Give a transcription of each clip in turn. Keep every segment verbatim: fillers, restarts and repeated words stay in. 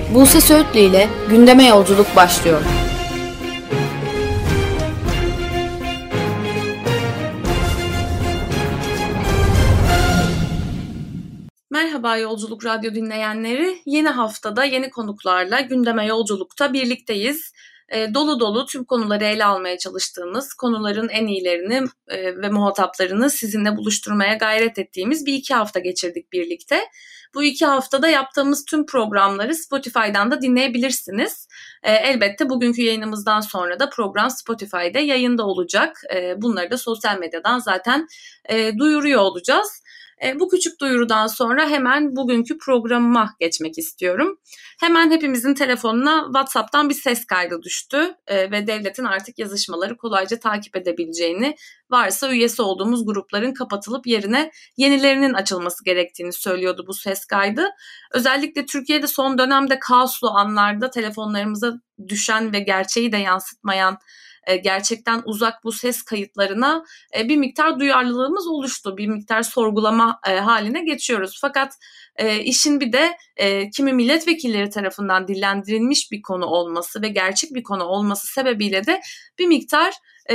Buse Söğütlü ile gündeme yolculuk başlıyor. Merhaba Yolculuk Radyo dinleyenleri. Yeni haftada yeni konuklarla gündeme yolculukta birlikteyiz. E, dolu dolu tüm konuları ele almaya çalıştığımız, konuların en iyilerini e, ve muhataplarını sizinle buluşturmaya gayret ettiğimiz bir iki hafta geçirdik birlikte. Bu iki haftada yaptığımız tüm programları Spotify'dan da dinleyebilirsiniz. E, elbette bugünkü yayınımızdan sonra da program Spotify'da yayında olacak. E, bunları da sosyal medyadan zaten e, duyuruyor olacağız. E, bu küçük duyurudan sonra hemen bugünkü programıma geçmek istiyorum. Hemen hepimizin telefonuna WhatsApp'tan bir ses kaydı düştü e, ve devletin artık yazışmaları kolayca takip edebileceğini, varsa üyesi olduğumuz grupların kapatılıp yerine yenilerinin açılması gerektiğini söylüyordu bu ses kaydı. Özellikle Türkiye'de son dönemde kaoslu anlarda telefonlarımıza düşen ve gerçeği de yansıtmayan, gerçekten uzak bu ses kayıtlarına bir miktar duyarlılığımız oluştu. Bir miktar sorgulama haline geçiyoruz. Fakat işin bir de kimi milletvekilleri tarafından dillendirilmiş bir konu olması ve gerçek bir konu olması sebebiyle de bir miktar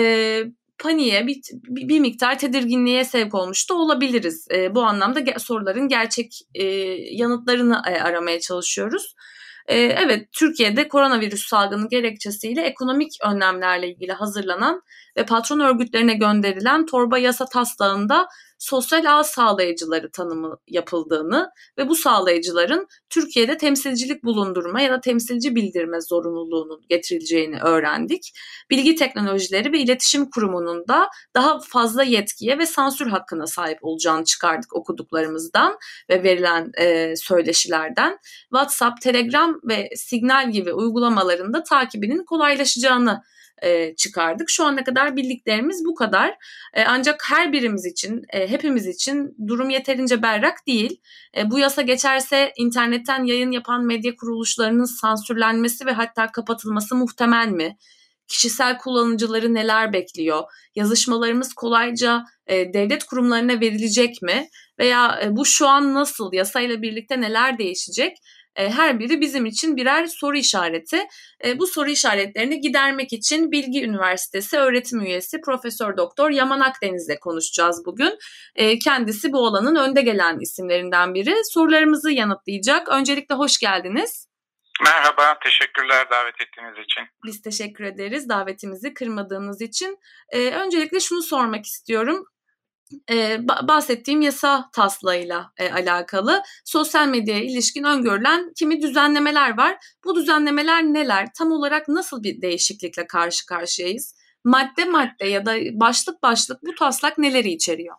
paniğe, bir, bir miktar tedirginliğe sevk olmuş da olabiliriz. Bu anlamda soruların gerçek yanıtlarını aramaya çalışıyoruz. Evet, Türkiye'de koronavirüs salgını gerekçesiyle ekonomik önlemlerle ilgili hazırlanan ve patron örgütlerine gönderilen torba yasa taslağında sosyal ağ sağlayıcıları tanımı yapıldığını ve bu sağlayıcıların Türkiye'de temsilcilik bulundurma ya da temsilci bildirme zorunluluğunun getirileceğini öğrendik. Bilgi Teknolojileri ve İletişim Kurumu'nun da daha fazla yetkiye ve sansür hakkına sahip olacağını çıkardık okuduklarımızdan ve verilen e, söyleşilerden. WhatsApp, Telegram ve Signal gibi uygulamaların da takibinin kolaylaşacağını E, çıkardık. Şu ana kadar bildiklerimiz bu kadar. E, ancak her birimiz için, e, hepimiz için durum yeterince berrak değil. E, bu yasa geçerse internetten yayın yapan medya kuruluşlarının sansürlenmesi ve hatta kapatılması muhtemel mi? Kişisel kullanıcıları neler bekliyor? Yazışmalarımız kolayca e, devlet kurumlarına verilecek mi? Veya e, bu şu an nasıl? Yasayla birlikte neler değişecek? Her biri bizim için birer soru işareti. Bu soru işaretlerini gidermek için Bilgi Üniversitesi öğretim üyesi Profesör Doktor Yaman Akdeniz'le konuşacağız bugün. Kendisi bu alanın önde gelen isimlerinden biri. Sorularımızı yanıtlayacak. Öncelikle hoş geldiniz. Merhaba, teşekkürler davet ettiğiniz için. Biz teşekkür ederiz davetimizi kırmadığınız için. Öncelikle şunu sormak istiyorum. Ee, bahsettiğim yasa taslağıyla e, alakalı sosyal medyaya ilişkin öngörülen kimi düzenlemeler var. Bu düzenlemeler neler? Tam olarak nasıl bir değişiklikle karşı karşıyayız? Madde madde ya da başlık başlık bu taslak neleri içeriyor?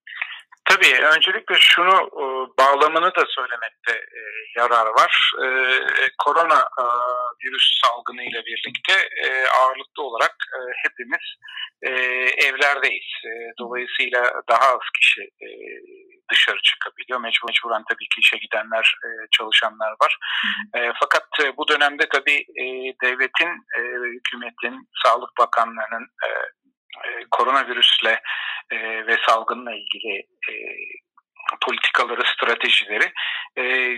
Tabii öncelikle şunu e, bağlamını da söylemekte e, yarar var. E, korona e, virüs salgını ile birlikte e, ağırlıklı olarak e, hepimiz e, evlerdeyiz. E, dolayısıyla daha az kişi e, dışarı çıkabiliyor. Mecbur, mecburen tabii ki işe gidenler, e, çalışanlar var. E, fakat e, bu dönemde tabii e, devletin, e, hükümetin, Sağlık Bakanlığı'nın e, koronavirüsle e, ve salgınla ilgili e, politikaları, stratejileri e,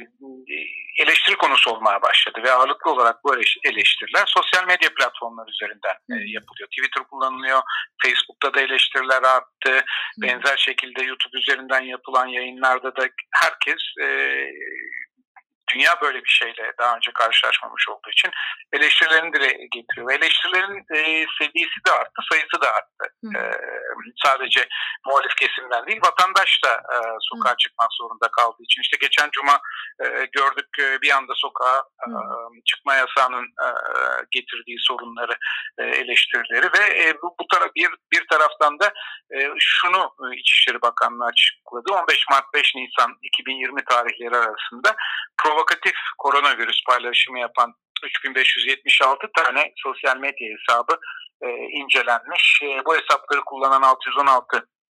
eleştiri konusu olmaya başladı ve ağırlıklı olarak bu eleştiriler sosyal medya platformları üzerinden e, yapılıyor. Twitter kullanılıyor, Facebook'ta da eleştiriler arttı. Benzer şekilde YouTube üzerinden yapılan yayınlarda da herkes e, dünya böyle bir şeyle daha önce karşılaşmamış olduğu için eleştirilerini dile getiriyor. Eleştirilerin e, seviyesi de arttı, sayısı da arttı. E, sadece muhalif kesimden değil, vatandaş da e, sokağa Hı. çıkmak zorunda kaldığı için. İşte geçen cuma e, gördük e, bir anda sokağa e, çıkma yasağının e, getirdiği sorunları, e, eleştirileri ve e, bu, bu taraf bir bir taraftan da e, şunu e, İçişleri Bakanlığı açıkladı. on beş Mart beş Nisan iki bin yirmi tarihleri arasında provokatif koronavirüs paylaşımı yapan üç bin beş yüz yetmiş altı tane sosyal medya hesabı e, incelenmiş. E, bu hesapları kullanan altı yüz on altı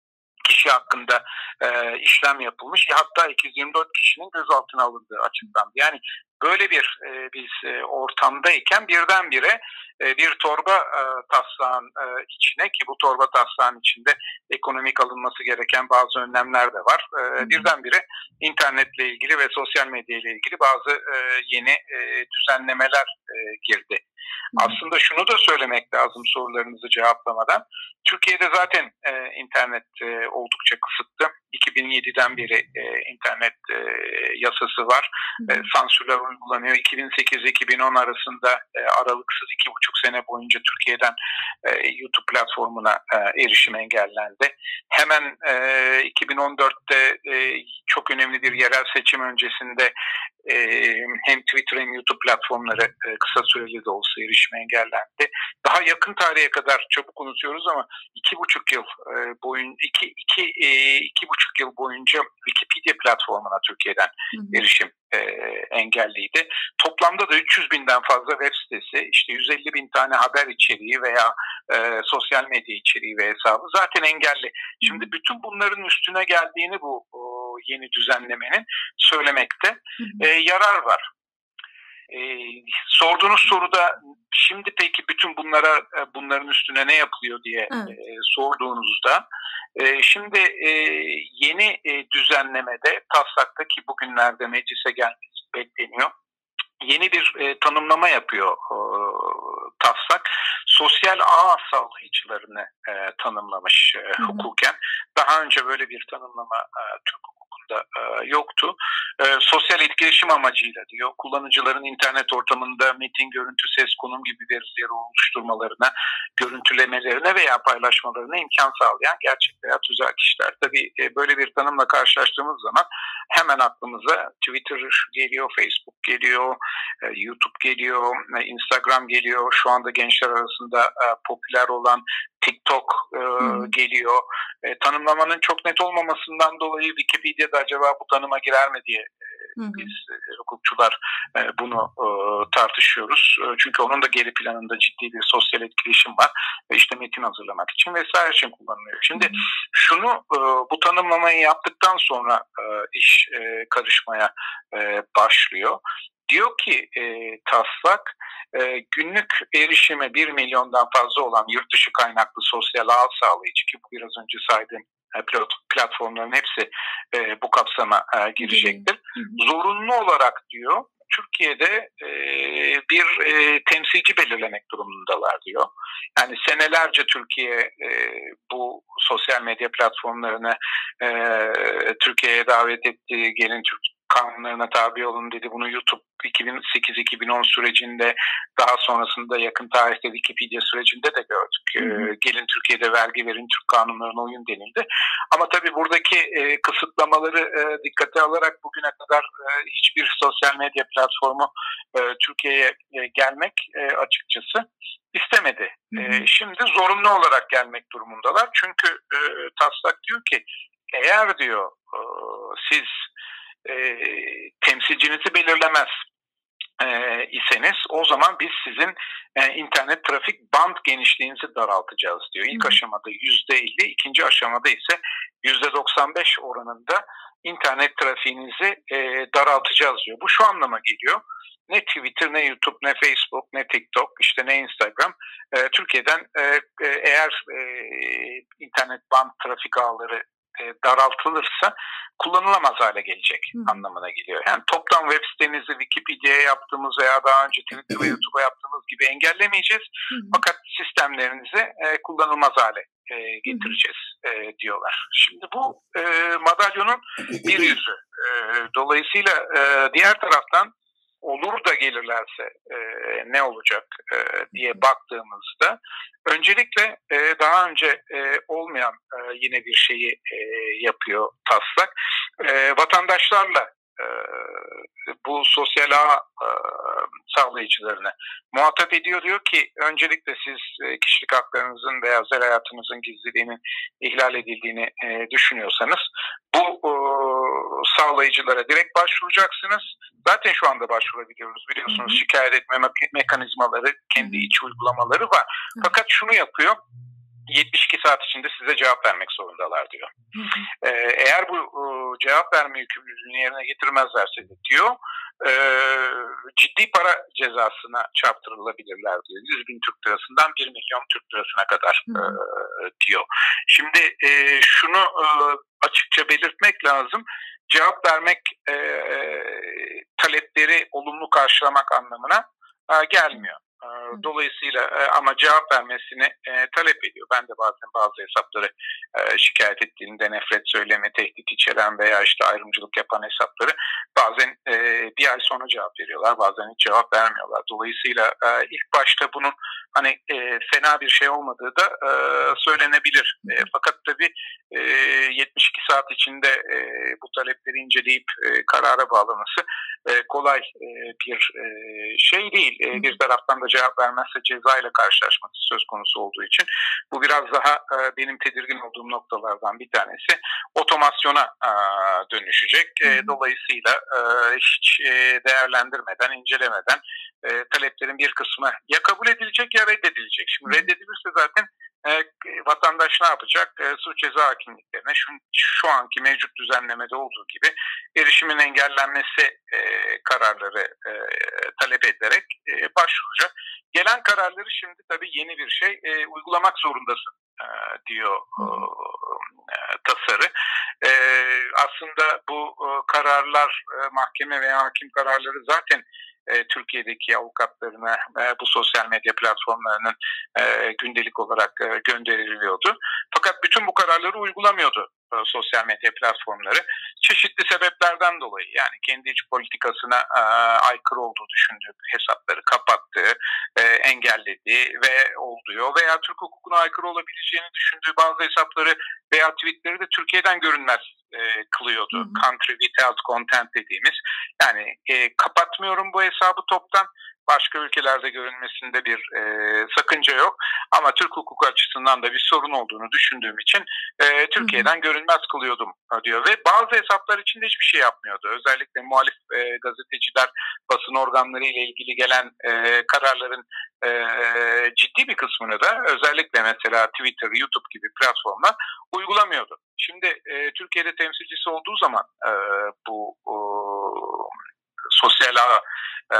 kişi hakkında e, işlem yapılmış. Hatta iki yüz yirmi dört kişinin gözaltına alındığı açıklandı. Yani böyle bir e, biz e, ortamdayken birdenbire e, bir torba e, taslağın e, içine, ki bu torba taslağın içinde ekonomik alınması gereken bazı önlemler de var. E, birdenbire internetle ilgili ve sosyal medya ile ilgili bazı e, yeni e, düzenlemeler e, girdi. Aslında şunu da söylemek lazım sorularınızı cevaplamadan. Türkiye'de zaten e, internet e, oldukça kısıtlı. iki bin yediden beri e, internet e, yasası var. E, sansürler uygulanıyor. iki bin sekiz iki bin on arasında e, aralıksız iki buçuk sene boyunca Türkiye'den e, YouTube platformuna e, erişim engellendi. Hemen e, iki bin on dörtte e, çok önemli bir yerel seçim öncesinde e, hem Twitter hem YouTube platformları e, kısa süreli de olsa erişim engellendi. Daha yakın tarihe kadar çabuk unutuyoruz ama iki buçuk yıl e, boyun iki iki e, iki buçuk yıl boyunca Wikipedia platformuna Türkiye'den hı hı. erişim e, engelliydi. Toplamda da üç yüz binden fazla web sitesi, işte yüz elli bin tane haber içeriği veya e, sosyal medya içeriği ve hesabı zaten engelli. Şimdi bütün bunların üstüne geldiğini bu o, yeni düzenlemenin söylemekte hı hı. E, yarar var. Ee, sorduğunuz soruda şimdi peki bütün bunlara bunların üstüne ne yapılıyor diye evet. e, sorduğunuzda e, şimdi e, yeni e, düzenlemede taslakta, ki bugünlerde meclise gelmesi bekleniyor, yeni bir e, tanımlama yapıyor e, taslak. Sosyal ağ sağlayıcılarını e, tanımlamış e, hukuken. Daha önce böyle bir tanımlama e, Türk hukukunda e, yoktu. E, sosyal etkileşim amacıyla diyor, kullanıcıların internet ortamında metin, görüntü, ses, konum gibi verileri oluşturmalarına, görüntülemelerine veya paylaşmalarına imkan sağlayan gerçek veya tüzel kişiler. Tabii e, böyle bir tanımla karşılaştığımız zaman hemen aklımıza Twitter geliyor, Facebook geliyor, e, YouTube geliyor, e, Instagram geliyor. Şu anda gençler arasında e, popüler olan TikTok e, hmm. geliyor. E, tanımlamanın çok net olmamasından dolayı Wikipedia'da acaba bu tanıma girer mi diye e, hmm. biz e, hukukçular e, bunu e, tartışıyoruz. E, çünkü onun da geri planında ciddi bir sosyal etkileşim var. E, işte metin hazırlamak için vesaire için kullanılıyor. Şimdi hmm. şunu e, bu tanımlamayı yaptıktan sonra e, iş e, karışmaya e, başlıyor. Diyor ki e, taslak e, günlük erişime bir milyondan fazla olan yurt dışı kaynaklı sosyal ağ sağlayıcı, ki bu biraz önce saydığım e, platformların hepsi e, bu kapsama e, girecektir. Hı hı. Zorunlu olarak diyor Türkiye'de e, bir e, temsilci belirlemek durumundalar diyor. Yani senelerce Türkiye e, bu sosyal medya platformlarını e, Türkiye'ye davet etti, gelin Türk kanunlarına tabi olun dedi. Bunu YouTube iki bin sekiz iki bin on sürecinde, daha sonrasında yakın tarihte Wikipedia sürecinde de gördük. Hı hı. Gelin Türkiye'de vergi verin, Türk kanunlarına uyun denildi. Ama tabii buradaki e, kısıtlamaları e, dikkate alarak bugüne kadar e, hiçbir sosyal medya platformu e, Türkiye'ye e, gelmek e, açıkçası istemedi. Hı hı. E, şimdi zorunlu olarak gelmek durumundalar. Çünkü e, taslak diyor ki, eğer diyor e, siz E, temsilcinizi belirlemez e, iseniz, o zaman biz sizin e, internet trafik band genişliğinizi daraltacağız diyor. İlk hmm. aşamada yüzde elli, ikinci aşamada ise yüzde doksan beş oranında internet trafiğinizi e, daraltacağız diyor. Bu şu anlama geliyor: ne Twitter, ne YouTube, ne Facebook, ne TikTok, işte ne Instagram e, Türkiye'den e, e, eğer e, internet band trafik ağları E, daraltılırsa kullanılamaz hale gelecek Hı. anlamına geliyor. Yani toplam web sitenizi Wikipedia'ya yaptığımız veya daha önce Twitter ve YouTube'a yaptığımız gibi engellemeyeceğiz. Hı. Fakat sistemlerinizi e, kullanılmaz hale e, getireceğiz e, diyorlar. Şimdi bu e, madalyonun bir yüzü. E, dolayısıyla e, diğer taraftan olur da gelirlerse e, ne olacak e, diye baktığımızda, öncelikle e, daha önce e, olmayan e, yine bir şeyi e, yapıyor taslak. E, vatandaşlarla e, bu sosyal ağ e, sağlayıcılarını muhatap ediyor. Diyor ki, öncelikle siz e, kişilik haklarınızın veya özel hayatınızın gizliliğinin ihlal edildiğini e, düşünüyorsanız bu e, sağlayıcılara direkt başvuracaksınız. Zaten şu anda başvurabiliyoruz, biliyorsunuz. Hı hı. Şikayet etme me- mekanizmaları, kendi iç uygulamaları var. Hı. Fakat şunu yapıyor: yetmiş iki saat içinde size cevap vermek zorundalar diyor. Ee, eğer bu e, cevap verme yükümlülüğünü yerine getirmezlerse de diyor e, ciddi para cezasına çarptırılabilirler diyor. yüz bin Türk lirasından bir milyon Türk lirasına kadar e, diyor. Şimdi e, şunu e, açıkça belirtmek lazım. Cevap vermek e, talepleri olumlu karşılamak anlamına e, gelmiyor. Dolayısıyla ama cevap vermesini e, talep ediyor. Ben de bazen bazı hesapları e, şikayet ettiğimde nefret söylemi, tehdit içeren veya işte ayrımcılık yapan hesapları bazen e, bir ay sonra cevap veriyorlar. Bazen hiç cevap vermiyorlar. Dolayısıyla e, ilk başta bunun hani e, fena bir şey olmadığı da e, söylenebilir. E, fakat tabii e, yetmiş iki saat içinde e, bu talepleri inceleyip e, karara bağlaması e, kolay e, bir e, şey değil. E, bir taraftan da cevap vermezse ceza ile karşılaşması söz konusu olduğu için bu biraz daha e, benim tedirgin olduğum noktalardan bir tanesi. Otomasyona e, dönüşecek. E, dolayısıyla e, hiç e, değerlendirmeden, incelemeden e, taleplerin bir kısmı ya kabul edilecek ya reddedilecek. Şimdi reddedilirse zaten e, vatandaş ne yapacak? E, suç ceza hakimliklerine şu, şu anki mevcut düzenlemede olduğu gibi erişimin engellenmesi e, kararları e, talep ederek e, başvuracak. Gelen kararları şimdi tabii yeni bir şey e, uygulamak zorundasın e, diyor e, tasarı. E, aslında bu e, kararlar e, mahkeme veya hakim kararları zaten e, Türkiye'deki avukatlarına e, bu sosyal medya platformlarının e, gündelik olarak e, gönderiliyordu. Fakat bütün bu kararları uygulamıyordu e, sosyal medya platformları. Çeşitli sebeplerden dolayı, yani kendi iç politikasına e, aykırı olduğu düşündüğü hesapları kapattığı, e, engellediği ve olduğu veya Türk hukukuna aykırı olabileceğini düşündüğü bazı hesapları veya tweetleri de Türkiye'den görünmez e, kılıyordu. Hı hı. Country without content dediğimiz. Yani e, kapatmıyorum bu hesabı toptan. Başka ülkelerde görünmesinde bir e, sakınca yok. Ama Türk hukuku açısından da bir sorun olduğunu düşündüğüm için e, Türkiye'den hı hı. görünmez kılıyordum diyor. Ve bazı hesaplar için de hiçbir şey yapmıyordu. Özellikle muhalif e, gazeteciler, basın organları ile ilgili gelen e, kararların e, ciddi bir kısmını da özellikle mesela Twitter, YouTube gibi platformlar uygulamıyordu. Şimdi e, Türkiye'de temsilcisi olduğu zaman e, bu o, sosyal ağ e,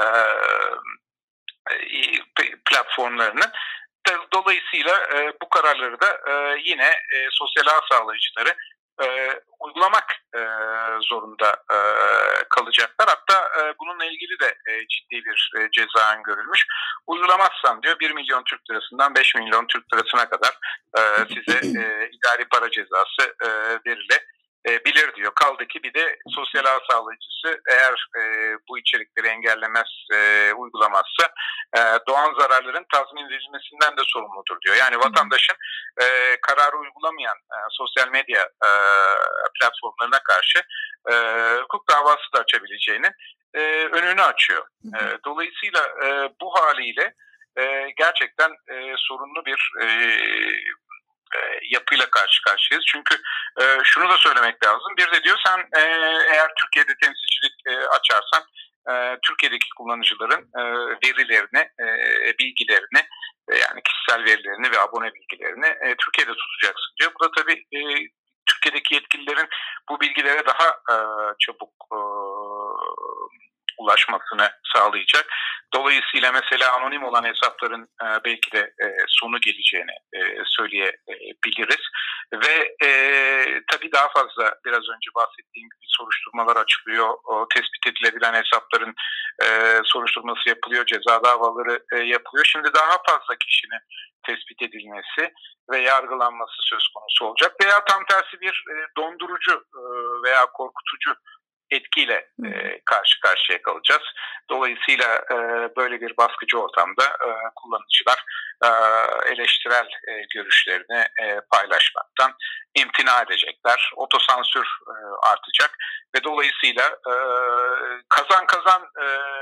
platformlarının dolayısıyla e, bu kararları da e, yine e, sosyal ağ sağlayıcıları e, uygulamak e, zorunda e, kalacaklar. Hatta e, bununla ilgili de e, ciddi bir e, ceza öngörülmüş. Uygulamazsan diyor bir milyon Türk lirasından beş milyon Türk lirasına kadar e, size e, idari para cezası e, verilebilir. E, bilir diyor. Kaldı ki bir de sosyal ağ sağlayıcısı eğer e, bu içerikleri engellemez, e, uygulamazsa e, doğan zararların tazmin edilmesinden de sorumludur diyor. Yani vatandaşın e, kararı uygulamayan e, sosyal medya e, platformlarına karşı e, hukuk davası da açabileceğini e, önünü açıyor. E, dolayısıyla e, bu haliyle e, gerçekten e, sorunlu bir e, yapıyla karşı karşıyayız. Çünkü e, şunu da söylemek lazım. Bir de diyor sen e, eğer Türkiye'de temsilcilik e, açarsan e, Türkiye'deki kullanıcıların e, verilerini, e, bilgilerini e, yani kişisel verilerini ve abone bilgilerini e, Türkiye'de tutacaksın diyor. Bu da tabii e, Türkiye'deki yetkililerin bu bilgilere daha e, çabuk e, ulaşmasını sağlayacak. Dolayısıyla mesela anonim olan hesapların e, belki de e, sonu geleceğini e, söyleyebiliriz. Ve e, tabii daha fazla biraz önce bahsettiğim gibi soruşturmalar açılıyor. O, tespit edilebilen hesapların e, soruşturması yapılıyor. Ceza davaları e, yapılıyor. Şimdi daha fazla kişinin tespit edilmesi ve yargılanması söz konusu olacak. Veya tam tersi bir e, dondurucu e, veya korkutucu etkiyle e, karşı karşıya kalacağız. Dolayısıyla e, böyle bir baskıcı ortamda e, kullanıcılar e, eleştirel e, görüşlerini e, paylaşmaktan imtina edecekler. Otosansür e, artacak ve dolayısıyla e, kazan kazan e,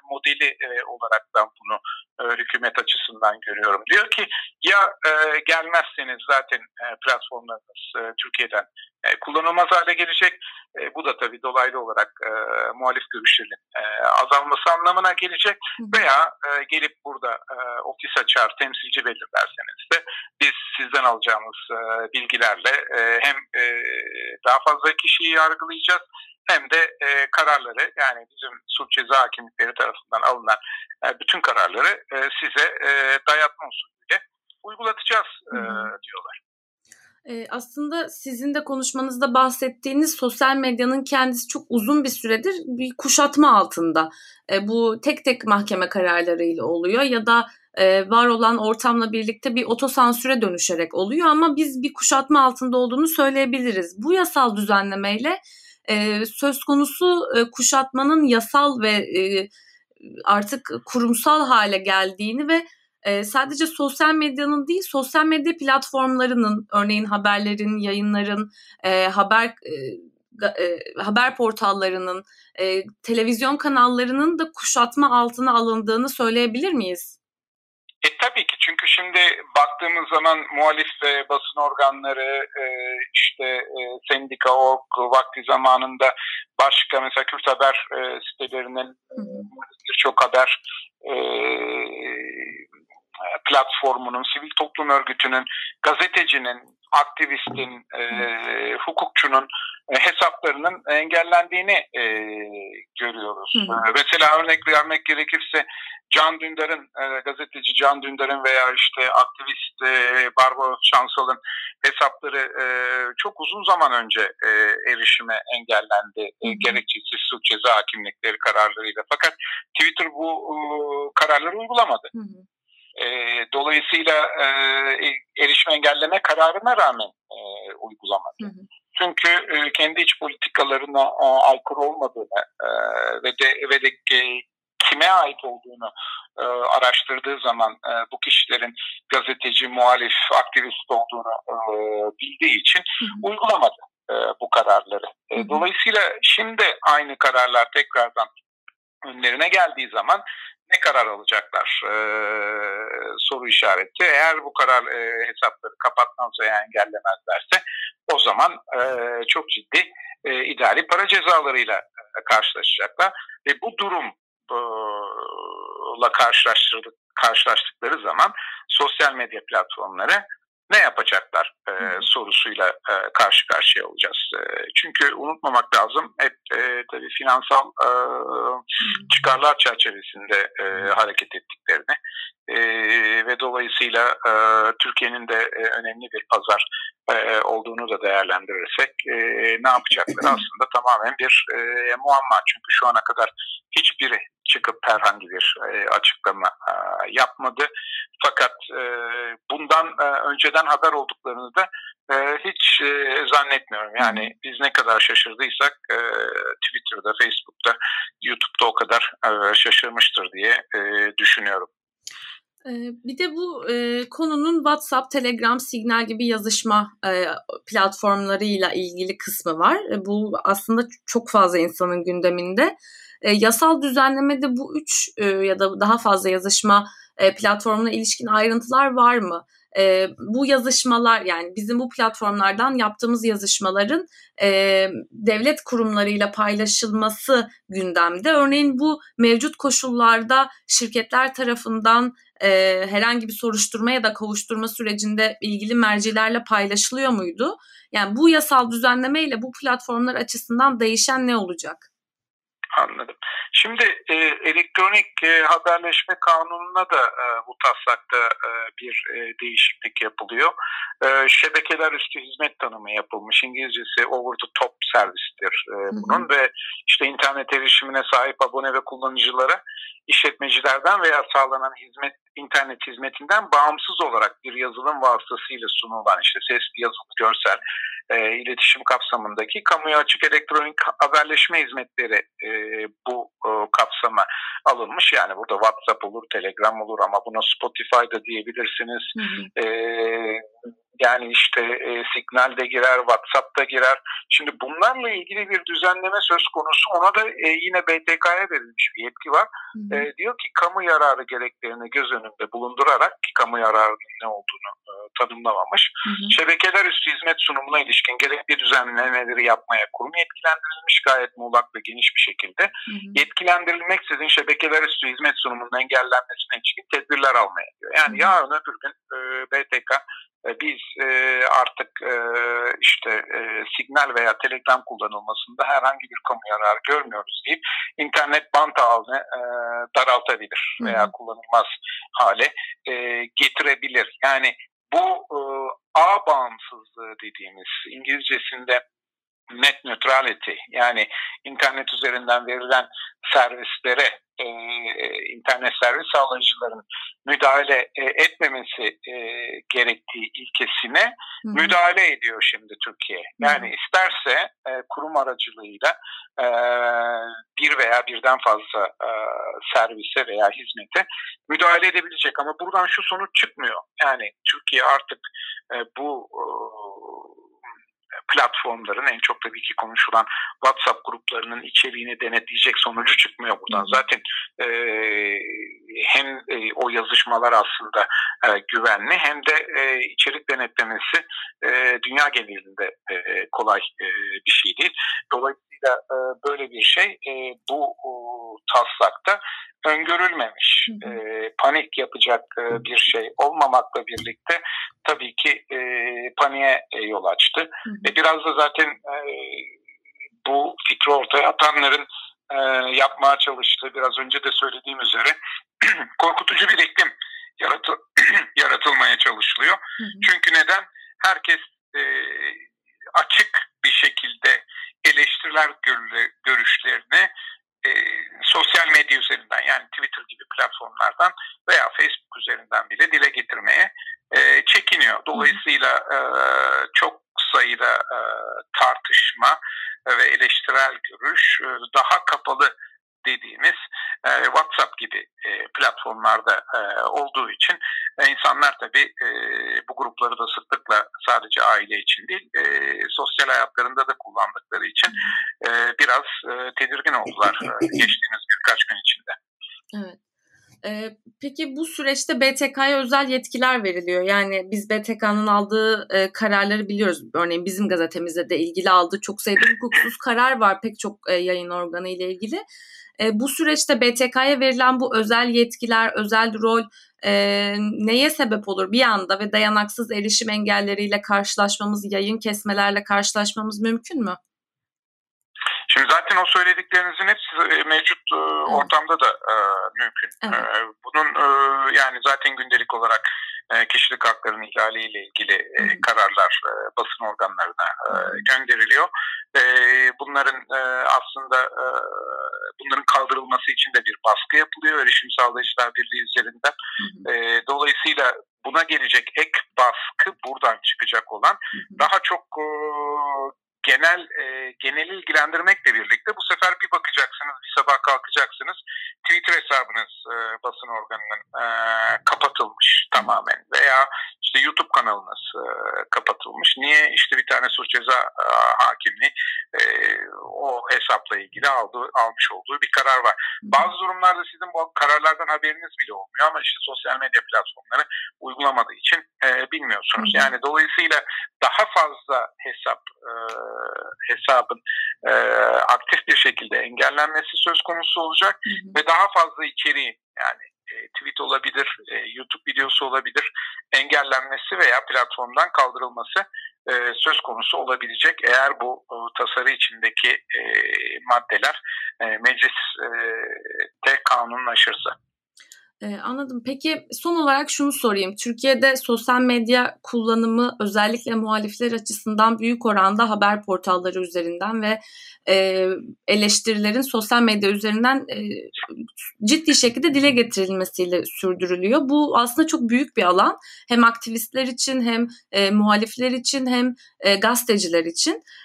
modeli e, olarak ben bunu e, hükümet açısından görüyorum. Diyor ki ya e, gelmezseniz zaten e, platformlarınız e, Türkiye'den e, kullanılmaz hale gelecek. E, bu da tabii dolaylı olarak e, muhalif görüşlerin e, azalması anlamına gelecek. Veya e, gelip burada e, ofis açar, temsilci belirlerseniz de biz sizden alacağımız e, bilgilerle e, hem e, daha fazla kişiyi yargılayacağız hem de e, kararları, yani bizim suç ceza hakimlikleri tarafından alınan e, bütün kararları e, size e, dayatma usulüyle uygulatacağız e, diyorlar. E, aslında sizin de konuşmanızda bahsettiğiniz sosyal medyanın kendisi çok uzun bir süredir bir kuşatma altında. E, bu tek tek mahkeme kararlarıyla oluyor ya da e, var olan ortamla birlikte bir otosansüre dönüşerek oluyor ama biz bir kuşatma altında olduğunu söyleyebiliriz. Bu yasal düzenlemeyle e, söz konusu e, kuşatmanın yasal ve e, artık kurumsal hale geldiğini ve e, sadece sosyal medyanın değil, sosyal medya platformlarının, örneğin haberlerin, yayınların, e, haber e, e, haber portallarının, e, televizyon kanallarının da kuşatma altına alındığını söyleyebilir miyiz? E tabii ki, çünkü şimdi baktığımız zaman muhalif ve basın organları, e, işte e, Sendika nokta org vakti zamanında başka mesela Kürt haber e, sitelerinin birçok haber e, platformunun, sivil toplum örgütünün, gazetecinin, aktivistin, e, hukukçunun e, hesaplarının engellendiğini e, görüyoruz. E, mesela örnek vermek gerekirse Can Dündar'ın, e, gazeteci Can Dündar'ın veya işte aktivist e, Barbaros Şansal'ın hesapları e, çok uzun zaman önce e, erişime engellendi. E, gerekçesiz suç ceza hakimlikleri kararlarıyla. Fakat Twitter bu e, kararları uygulamadı. Hı hı. E, dolayısıyla e, erişime engelleme kararına rağmen e, uygulamadı. Hı hı. Çünkü e, kendi iç politikalarına e, aykırı olmadığını e, ve de ve de e, kime ait olduğunu e, araştırdığı zaman e, bu kişilerin gazeteci, muhalif, aktivist olduğunu e, bildiği için hı hı. uygulamadı e, bu kararları. E, hı hı. Dolayısıyla şimdi aynı kararlar tekrardan önlerine geldiği zaman ne karar alacaklar e, soru işareti. Eğer bu karar e, hesapları kapatmaz veya engellemezlerse o zaman e, çok ciddi e, idari para cezalarıyla e, karşılaşacaklar. Ve bu durumla karşılaştırdık, karşılaştıkları zaman sosyal medya platformları ne yapacaklar e, sorusuyla e, karşı karşıya olacağız. E, çünkü unutmamak lazım, hep e, tabii finansal e, çıkarlar çerçevesinde e, hareket ettiklerini e, ve dolayısıyla e, Türkiye'nin de e, önemli bir pazar e, olduğunu da değerlendirirsek e, ne yapacaklar? Aslında tamamen bir e, muamma. Çünkü şu ana kadar hiçbiri çıkıp herhangi bir e, açıklama e, yapmadı. Fakat e, bundan e, önceden haber olduklarını da e, hiç e, zannetmiyorum. Yani biz ne kadar şaşırdıysak e, Twitter'da, Facebook'ta, YouTube'da o kadar e, şaşırmıştır diye e, düşünüyorum. Bir de bu e, konunun WhatsApp, Telegram, Signal gibi yazışma e, platformlarıyla ilgili kısmı var. E, bu aslında çok fazla insanın gündeminde. E, yasal düzenlemede bu üç e, ya da daha fazla yazışma e, platformuna ilişkin ayrıntılar var mı? E, bu yazışmalar, yani bizim bu platformlardan yaptığımız yazışmaların e, devlet kurumlarıyla paylaşılması gündemde. Örneğin bu mevcut koşullarda şirketler tarafından e, herhangi bir soruşturma ya da kovuşturma sürecinde ilgili mercilerle paylaşılıyor muydu? Yani bu yasal düzenlemeyle bu platformlar açısından değişen ne olacak? Anladım. Şimdi e, elektronik e, haberleşme kanununa da e, bu taslakta e, bir e, değişiklik yapılıyor. E, şebekeler üstü hizmet tanımı yapılmış. İngilizcesi over the top servistir e, bunun hı hı. Ve işte internet erişimine sahip abone ve kullanıcılara işletmecilerden veya sağlanan hizmet internet hizmetinden bağımsız olarak bir yazılım vasıtasıyla sunulan işte sesli, yazılı, görsel e, iletişim kapsamındaki kamuya açık elektronik haberleşme hizmetleri e, bu e, kapsama alınmış. Yani burada WhatsApp olur, Telegram olur ama buna Spotify da diyebilirsiniz. Hı hı. E, Yani işte e, Signal de girer, WhatsApp da girer. Şimdi bunlarla ilgili bir düzenleme söz konusu. Ona da e, yine B T K'ya verilmiş bir yetki var. E, diyor ki kamu yararı gereklerini göz önünde bulundurarak, ki kamu yararının ne olduğunu e, tanımlamamış. Hı hı. Şebekeler üstü hizmet sunumuna ilişkin gerekli düzenlemeleri yapmaya kurum yetkilendirilmiş gayet muğlak ve geniş bir şekilde. Hı hı. Yetkilendirilmeksizin şebekeler üstü hizmet sunumunun engellenmesine ilişkin tedbirler almaya diyor. Yani hı hı. yarın öbür gün e, B T K biz e, artık e, işte e, Signal veya Telegram kullanılmasında herhangi bir kamu yararı görmüyoruz deyip internet bant ağını e, daraltabilir veya Hı-hı. kullanılmaz hale e, getirebilir. Yani bu e, ağ bağımsızlığı dediğimiz, İngilizcesinde net neutrality, yani internet üzerinden verilen servislere e, internet servis sağlayıcıların müdahale e, etmemesi e, gerektiği ilkesine Hı-hı. müdahale ediyor şimdi Türkiye. Yani Hı-hı. isterse e, kurum aracılığıyla e, bir veya birden fazla e, servise veya hizmete müdahale edebilecek, ama buradan şu sonuç çıkmıyor. Yani Türkiye artık e, bu e, platformların, en çok tabii ki konuşulan WhatsApp gruplarının içeriğini denetleyecek sonucu çıkmıyor buradan. Zaten e, hem e, o yazışmalar aslında e, güvenli, hem de e, içerik denetlemesi e, dünya genelinde e, kolay e, bir şey değil. Dolayısıyla e, böyle bir şey e, bu o, taslakta öngörülmemiş. Hı hı. E, panik yapacak e, bir şey olmamakla birlikte tabii ki e, paniğe e, yol açtı. Hı hı. E, biraz da zaten e, bu fikri ortaya atanların e, yapmaya çalıştığı, biraz önce de söylediğim üzere korkutucu bir iklim yaratı, yaratılmaya çalışılıyor. Hı hı. Çünkü neden? Herkes e, açık bir şekilde eleştiriler görüşlerini E, sosyal medya üzerinden, yani Twitter gibi platformlardan veya Facebook üzerinden bile dile getirmeye e, çekiniyor. Dolayısıyla e, çok sayıda e, tartışma e, ve eleştirel görüş e, daha kapalı dediğimiz e, WhatsApp gibi e, platformlarda e, olduğu için e, insanlar tabii e, bu grupları da sıklıkla sadece aile için değil, e, sosyal hayatlarında da kullandıkları için e, biraz e, tedirgin oldular e, geçtiğimiz birkaç gün içinde. Evet. Ee, peki bu süreçte B T K'ya özel yetkiler veriliyor. Yani biz B T K'nın aldığı e, kararları biliyoruz. Örneğin bizim gazetemizde de ilgili aldığı çok sayıda hukuksuz karar var pek çok e, yayın organı ile ilgili. E, bu süreçte B T K'ya verilen bu özel yetkiler, özel rol e, neye sebep olur? Bir anda ve dayanaksız erişim engelleriyle karşılaşmamız, yayın kesmelerle karşılaşmamız mümkün mü? Şimdi zaten o söylediklerinizin hepsi mevcut e, ortamda da e, mümkün. Evet. E, bunun e, yani zaten gündelik olarak e, kişilik haklarının ihlaliyle ilgili e, kararlar e, basın organlarına e, gönderiliyor. E, bunların e, aslında e, bunların kaldırılması için de bir baskı yapılıyor Erişim Sağlayıcılar Birliği üzerinden. E, dolayısıyla buna gelecek ek baskı, buradan çıkacak olan daha çok e, genel e, geneli ilgilendirmekle birlikte bu sefer bir bakacaksınız, bir sabah kalkacaksınız, Twitter hesabınız e, basın organının e, kapatılmış tamamen veya işte YouTube kanalınız e, kapatılmış. Niye? İşte bir tane suç ceza e, hakimliği e, o hesapla ilgili aldığı, almış olduğu bir karar var. Bazı durumlarda sizin bu kararlardan haberiniz bile olmuyor, ama işte sosyal medya platformları uygulamadığı için e, bilmiyorsunuz. Yani dolayısıyla daha fazla hesap e, hesabın e, aktif bir şekilde engellenmesi söz konusu olacak hı hı. ve daha fazla içeriği, yani e, tweet olabilir, e, YouTube videosu olabilir, engellenmesi veya platformdan kaldırılması e, söz konusu olabilecek eğer bu e, tasarı içindeki e, maddeler e, mecliste e, kanunlaşırsa. Ee, anladım. Peki son olarak şunu sorayım. Türkiye'de sosyal medya kullanımı özellikle muhalifler açısından büyük oranda haber portalları üzerinden ve e, eleştirilerin sosyal medya üzerinden e, ciddi şekilde dile getirilmesiyle sürdürülüyor. Bu aslında çok büyük bir alan. Hem aktivistler için, hem e, muhalifler için, hem e, gazeteciler için.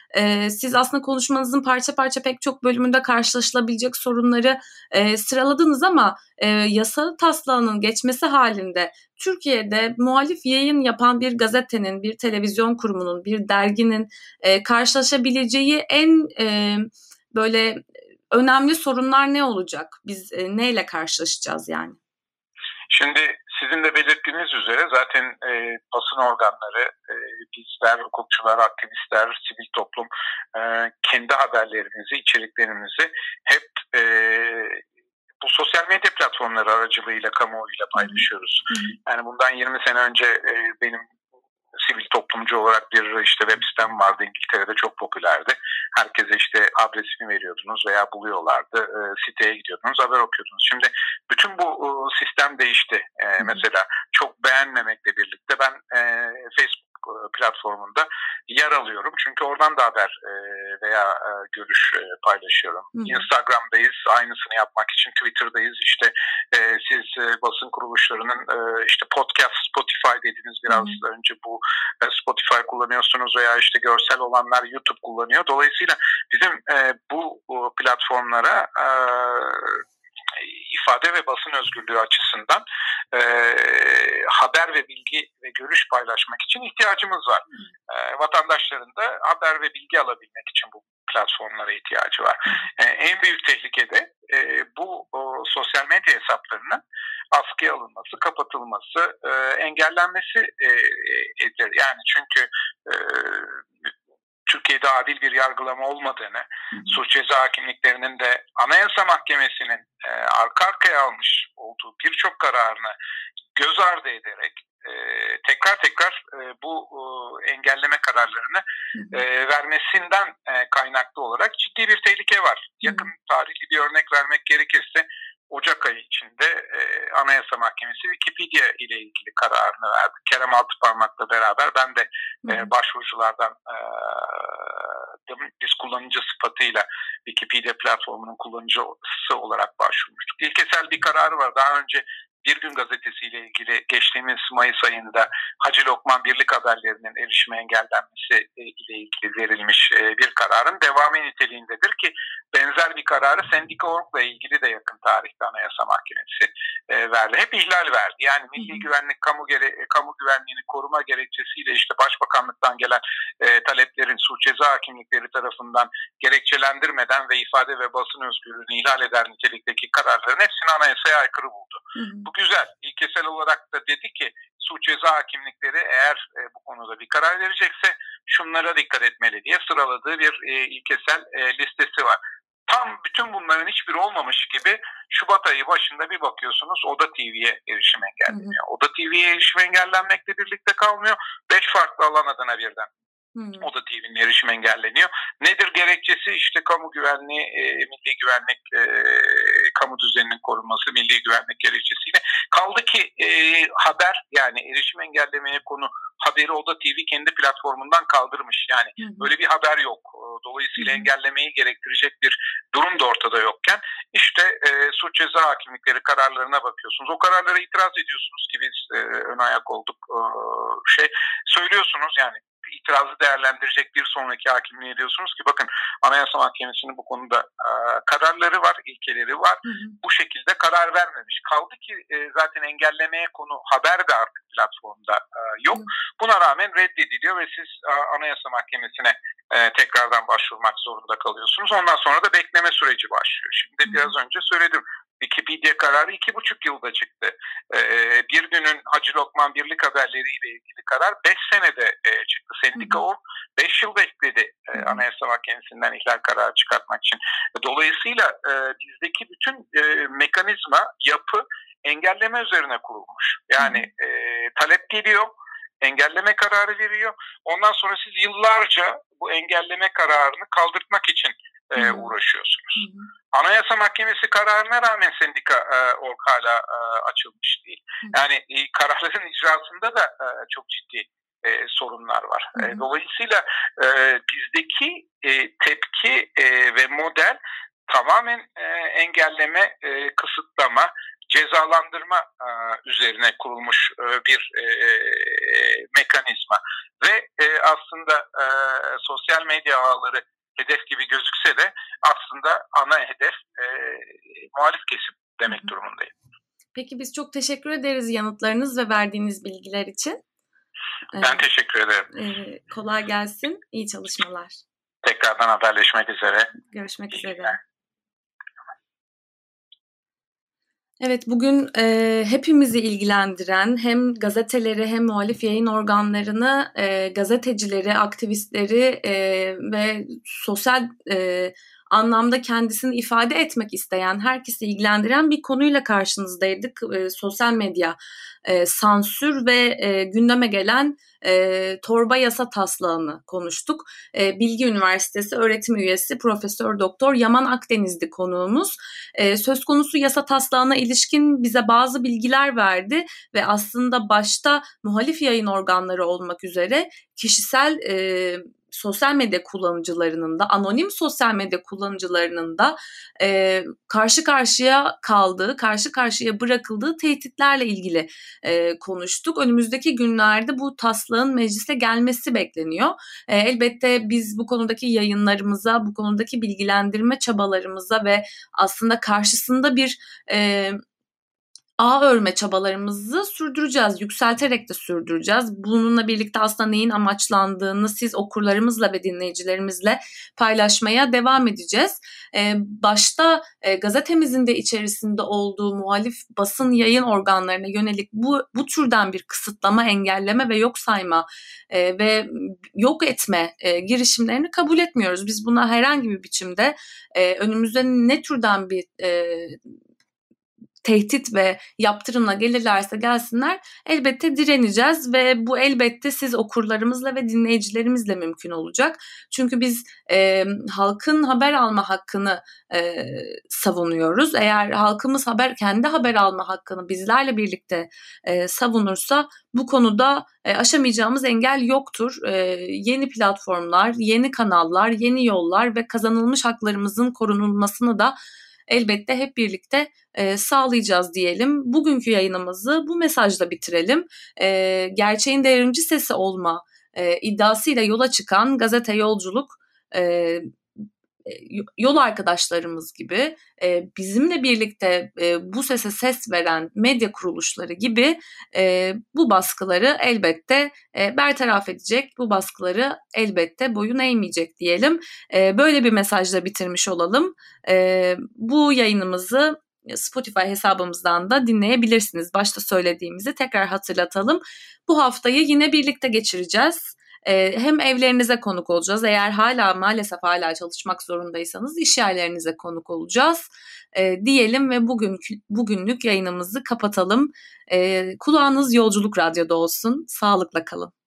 e, siz aslında konuşmanızın parça parça pek çok bölümünde karşılaşılabilecek sorunları e, sıraladınız ama e, yasa taslağının geçmesi halinde Türkiye'de muhalif yayın yapan bir gazetenin, bir televizyon kurumunun, bir derginin e, karşılaşabileceği en e, böyle önemli sorunlar ne olacak? Biz e, neyle karşılaşacağız yani? Şimdi sizin de belirttiğiniz üzere zaten e, basın organları, e, bizler, hukukçular, aktivistler, sivil toplum e, kendi haberlerimizi, içeriklerimizi hep e, bu sosyal medya platformları aracılığıyla kamuoyuyla paylaşıyoruz. Hı hı. Yani bundan yirmi sene önce e, benim sivil toplumcu olarak bir işte web sitem vardı, İngiltere'de çok popülerdi. Herkese işte adresini veriyordunuz veya buluyorlardı. E, siteye gidiyordunuz, haber okuyordunuz. Şimdi bütün bu e, sistem değişti. E, mesela çok beğenmemekle birlikte ben e, Facebook platformunda yer alıyorum. Çünkü oradan da haber e, veya e, görüş e, paylaşıyorum. Hı. Instagram'dayız. Aynısını yapmak için Twitter'dayız. İşte e, siz e, basın kuruluşlarının e, işte podcast, Spotify dediğiniz biraz Hı. önce bu e, Spotify kullanıyorsunuz veya işte görsel olanlar YouTube kullanıyor. Dolayısıyla bizim e, bu, bu platformlara e, ifade ve basın özgürlüğü açısından e, haber ve bilgi ve görüş paylaşmak için ihtiyacımız var. E, vatandaşların da haber ve bilgi alabilmek için bu platformlara ihtiyacı var. E, en büyük tehlike de e, bu o, sosyal medya hesaplarının askıya alınması, kapatılması, e, engellenmesi e, edilir. Yani çünkü e, Türkiye'de adil bir yargılama olmadığını, hı hı. suç ceza hakimliklerinin de Anayasa Mahkemesi'nin e, arka arkaya almış olduğu birçok kararını göz ardı ederek e, tekrar tekrar e, bu e, engelleme kararlarını e, vermesinden e, kaynaklı olarak ciddi bir tehlike var. Hı hı. Yakın tarihli bir örnek vermek gerekirse Ocak ayı içinde e, Anayasa Mahkemesi Wikipedia ile ilgili kararını verdi. Kerem Altıparmak'la beraber ben de e, başvuruculardan e, biz kullanıcı sıfatıyla Wikipedia platformunun kullanıcısı olarak başvurmuştuk. İlkesel bir kararı var. Daha önce Bir Gün Gazetesi ile ilgili geçtiğimiz Mayıs ayında Hacı Lokman birlik haberlerinin erişime engellenmesi ile ilgili verilmiş bir kararın devamı niteliğindedir ki benzer bir kararı Sendika nokta org'la ilgili de yakın tarihte Anayasa Mahkemesi verdi. Hep ihlal verdi. Yani milli güvenlik, kamu, gere- kamu güvenliğini koruma gerekçesiyle işte Başbakanlıktan gelen e, taleplerin suç ceza hakimlikleri tarafından gerekçelendirmeden ve ifade ve basın özgürlüğünü ihlal eder nitelikteki kararların hepsini anayasaya aykırı buldu. Hı hı. Bu güzel. İlkesel olarak da dedi ki suç ceza hakimlikleri eğer e, bu konuda bir karar verecekse şunlara dikkat etmeli diye sıraladığı bir e, ilkesel e, listesi var. Tam bütün bunların hiçbiri olmamış gibi Şubat ayı başında bir bakıyorsunuz Oda T V'ye erişim engelleniyor. Hı hı. Oda T V'ye erişim engellenmekle birlikte kalmıyor. Beş farklı alan adına birden Hmm. Oda T V'nin erişim engelleniyor. Nedir gerekçesi? İşte kamu güvenliği, e, milli güvenlik, e, kamu düzeninin korunması, milli güvenlik gerekçesiyle. Kaldı ki e, haber yani erişim engellemeye konu haberi Oda T V kendi platformundan kaldırmış. Yani hmm. böyle bir haber yok. Dolayısıyla hmm. engellemeyi gerektirecek bir durum da ortada yokken işte e, suç ceza hakimlikleri kararlarına bakıyorsunuz. O kararlara itiraz ediyorsunuz ki biz e, ön ayak olduk e, şey söylüyorsunuz yani. İtirazı değerlendirecek bir sonraki hakimliğe diyorsunuz ki bakın Anayasa Mahkemesi'nin bu konuda e, kararları var, ilkeleri var. Hı hı. Bu şekilde karar vermemiş. Kaldı ki e, zaten engellemeye konu haber de artık platformda e, yok. Hı. Buna rağmen reddediliyor ve siz e, Anayasa Mahkemesi'ne e, tekrardan başvurmak zorunda kalıyorsunuz. Ondan sonra da bekleme süreci başlıyor. Şimdi Hı. biraz önce söyledim. Wikipedia kararı iki buçuk yılda çıktı. Ee, bir günün Hacı Lokman birlik haberleriyle ilgili karar beş senede e, çıktı. Sendika nokta org beş yıl bekledi e, Anayasa Mahkemesi'nden ihlal kararı çıkartmak için. Dolayısıyla e, bizdeki bütün e, mekanizma, yapı engelleme üzerine kurulmuş. Yani e, talep geliyor, engelleme kararı veriyor. Ondan sonra siz yıllarca bu engelleme kararını kaldırtmak için e, uğraşıyorsunuz. Hı hı. Anayasa Mahkemesi kararına rağmen Sendika nokta org hala e, açılmış değil. Yani e, kararların icrasında da e, çok ciddi e, sorunlar var. Hı hı. E, dolayısıyla e, bizdeki e, tepki e, ve model tamamen e, engelleme, e, kısıtlama, cezalandırma e, üzerine kurulmuş e, bir e, mekanizma ve e, aslında e, sosyal medya ağları hedef gibi gözükse de aslında ana hedef e, muhalif kesim demek durumundayım. Peki biz çok teşekkür ederiz yanıtlarınız ve verdiğiniz bilgiler için. Ben ee, teşekkür ederim. E, kolay gelsin. İyi çalışmalar. Tekrardan haberleşmek üzere. Görüşmek üzere. Evet, bugün e, hepimizi ilgilendiren hem gazeteleri hem muhalif yayın organlarını, e, gazetecileri, aktivistleri e, ve sosyal e, anlamda kendisini ifade etmek isteyen, herkesi ilgilendiren bir konuyla karşınızdaydık. E, sosyal medya, e, sansür ve e, gündeme gelen e, torba yasa taslağını konuştuk. E, Bilgi Üniversitesi öğretim üyesi Profesör Doktor Yaman Akdeniz'di konuğumuz. E, söz konusu yasa taslağına ilişkin bize bazı bilgiler verdi ve aslında başta muhalif yayın organları olmak üzere kişisel e, sosyal medya kullanıcılarının da, anonim sosyal medya kullanıcılarının da e, karşı karşıya kaldığı, karşı karşıya bırakıldığı tehditlerle ilgili e, konuştuk. Önümüzdeki günlerde bu taslağın meclise gelmesi bekleniyor. E, elbette biz bu konudaki yayınlarımıza, bu konudaki bilgilendirme çabalarımıza ve aslında karşısında bir e, ağ örme çabalarımızı sürdüreceğiz, yükselterek de sürdüreceğiz. Bununla birlikte aslında neyin amaçlandığını siz okurlarımızla ve dinleyicilerimizle paylaşmaya devam edeceğiz. Ee, başta e, gazetemizin de içerisinde olduğu muhalif basın yayın organlarına yönelik bu, bu türden bir kısıtlama, engelleme ve yok sayma e, ve yok etme e, girişimlerini kabul etmiyoruz. Biz buna herhangi bir biçimde e, önümüzde ne türden bir e, tehdit ve yaptırımla gelirlerse gelsinler elbette direneceğiz ve bu elbette siz okurlarımızla ve dinleyicilerimizle mümkün olacak. Çünkü biz e, halkın haber alma hakkını e, savunuyoruz. Eğer halkımız haber kendi haber alma hakkını bizlerle birlikte e, savunursa bu konuda e, aşamayacağımız engel yoktur. E, yeni platformlar, yeni kanallar, yeni yollar ve kazanılmış haklarımızın korunulmasını da elbette hep birlikte e, sağlayacağız diyelim. Bugünkü yayınımızı bu mesajla bitirelim. E, gerçeğin devrimci sesi olma e, iddiasıyla yola çıkan Gazete Yolculuk e, yol arkadaşlarımız gibi e, bizimle birlikte e, bu sese ses veren medya kuruluşları gibi e, bu baskıları elbette e, bertaraf edecek, bu baskıları elbette boyun eğmeyecek diyelim. E, böyle bir mesajla bitirmiş olalım. E, bu yayınımızı Spotify hesabımızdan da dinleyebilirsiniz. Başta söylediğimizi tekrar hatırlatalım. Bu haftayı yine birlikte geçireceğiz. Hem evlerinize konuk olacağız. Eğer hala maalesef hala çalışmak zorundaysanız iş yerlerinize konuk olacağız e, diyelim ve bugün bugünlük yayınımızı kapatalım. E, kulağınız Yolculuk Radyo'da olsun. Sağlıkla kalın.